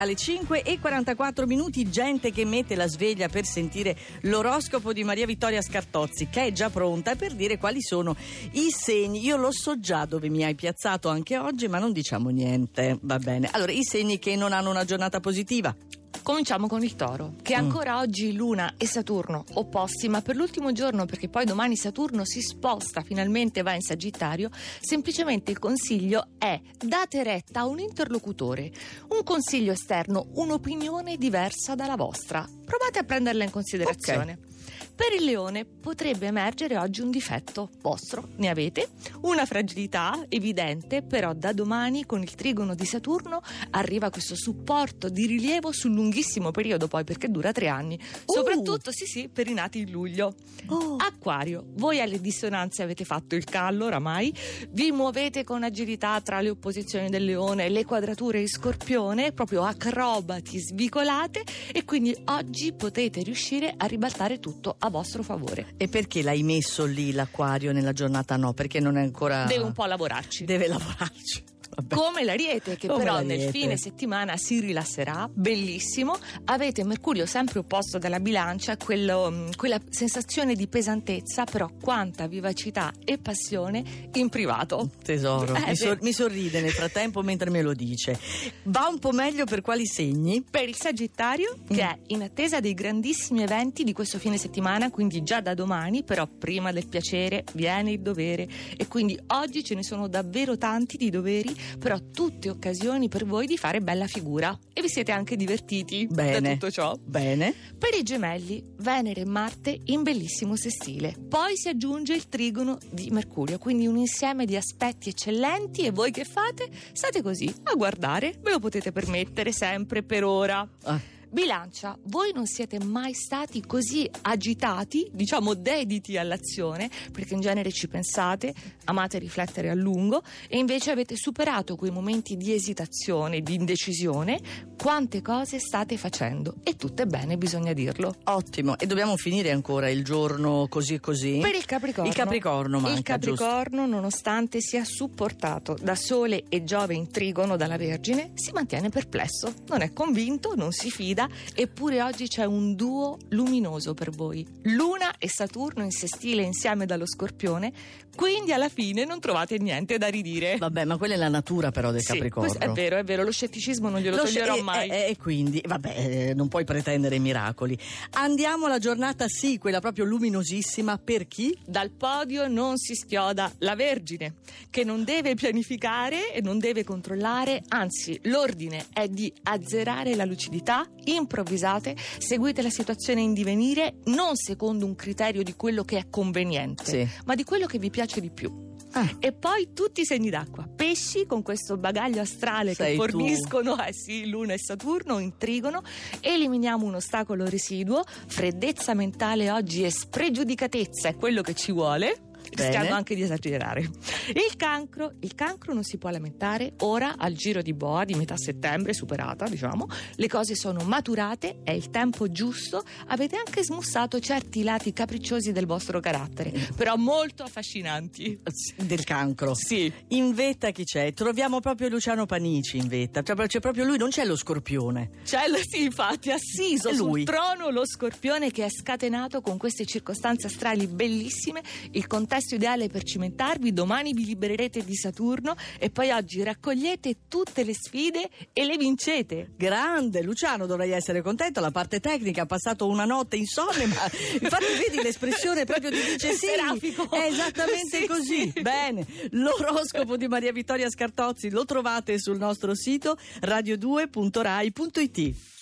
Alle 5:44, gente che mette la sveglia per sentire l'oroscopo di Maria Vittoria Scartozzi, che è già pronta per dire quali sono i segni. Io lo so già dove mi hai piazzato anche oggi, ma non diciamo niente, va bene. Allora, i segni che non hanno una giornata positiva. Cominciamo con il Toro, che ancora oggi Luna e Saturno opposti, ma per l'ultimo giorno, perché poi domani Saturno si sposta, finalmente va in Sagittario. Semplicemente il consiglio è: date retta a un interlocutore, un consiglio esterno, un'opinione diversa dalla vostra. Provate a prenderla in considerazione. Okay. Per il Leone potrebbe emergere oggi un difetto vostro, ne avete, una fragilità evidente, però da domani con il trigono di Saturno arriva questo supporto di rilievo sul lunghissimo periodo, poi, perché dura 3 anni, soprattutto sì per i nati in luglio. Acquario, voi alle dissonanze avete fatto il callo oramai, vi muovete con agilità tra le opposizioni del Leone e le quadrature in Scorpione, proprio acrobati, svicolate, e quindi oggi potete riuscire a ribaltare tutto a vostro favore. E perché l'hai messo lì l'Acquario nella giornata? No, perché non è ancora... Deve un po' lavorarci. Deve lavorarci. Vabbè. Come l'Ariete, che Come però l'Ariete. nel fine settimana si rilasserà, bellissimo. Avete Mercurio sempre opposto dalla Bilancia, quella sensazione di pesantezza, però quanta vivacità e passione in privato. Tesoro, mi sorride nel frattempo mentre me lo dice. Va un po' meglio per quali segni? Per il Sagittario, che è in attesa dei grandissimi eventi di questo fine settimana, quindi già da domani, però prima del piacere viene il dovere, e quindi oggi ce ne sono davvero tanti di doveri, però tutte occasioni per voi di fare bella figura, e vi siete anche divertiti da tutto ciò. Bene. Per i Gemelli, Venere e Marte in bellissimo sestile, poi si aggiunge il trigono di Mercurio, quindi un insieme di aspetti eccellenti, e voi che fate? State così a guardare, ve lo potete permettere sempre per ora. Bilancia, voi non siete mai stati così agitati, diciamo dediti all'azione, perché in genere ci pensate, amate riflettere a lungo, e invece avete superato quei momenti di esitazione, di indecisione. Quante cose state facendo, e tutte bene, bisogna dirlo. Ottimo, e dobbiamo finire ancora il giorno così. Per il Capricorno. Il Capricorno manca, il Capricorno, giusto? Nonostante sia supportato da Sole e Giove in trigono dalla Vergine, si mantiene perplesso, non è convinto, non si fida. Eppure oggi c'è un duo luminoso per voi: Luna e Saturno in sestile insieme dallo Scorpione, quindi alla fine non trovate niente da ridire. Vabbè, ma quella è la natura però del Capricorno. È vero, lo scetticismo non glielo toglierò mai. E quindi, vabbè, non puoi pretendere miracoli. Andiamo alla giornata, sì, quella proprio luminosissima. Per chi? Dal podio non si schioda la Vergine, che non deve pianificare e non deve controllare, anzi l'ordine è di azzerare la lucidità. Improvvisate, seguite la situazione in divenire, non secondo un criterio di quello che è conveniente, ma di quello che vi piace di più. E poi tutti i segni d'acqua, pesci, con questo bagaglio astrale che forniscono Luna e Saturno in trigono. Eliminiamo un ostacolo residuo, freddezza mentale oggi e spregiudicatezza è quello che ci vuole, rischiando anche di esagerare. Il cancro non si può lamentare, ora al giro di boa di metà settembre superata, diciamo, le cose sono maturate, è il tempo giusto, avete anche smussato certi lati capricciosi del vostro carattere, però molto affascinanti. Del cancro. Sì. In vetta chi c'è? Troviamo proprio Luciano Panici in vetta, c'è proprio lui, non c'è lo Scorpione. Sì, infatti, assiso sul trono lo Scorpione, che è scatenato con queste circostanze astrali bellissime, il contesto ideale per cimentarvi. Domani vi libererete di Saturno e poi oggi raccogliete tutte le sfide e le vincete. Grande, Luciano, dovrei essere contento. La parte tecnica ha passato una notte insonne, ma infatti vedi l'espressione proprio ti dice sì, è esattamente così. Sì. Bene, l'oroscopo di Maria Vittoria Scartozzi lo trovate sul nostro sito radio2.rai.it.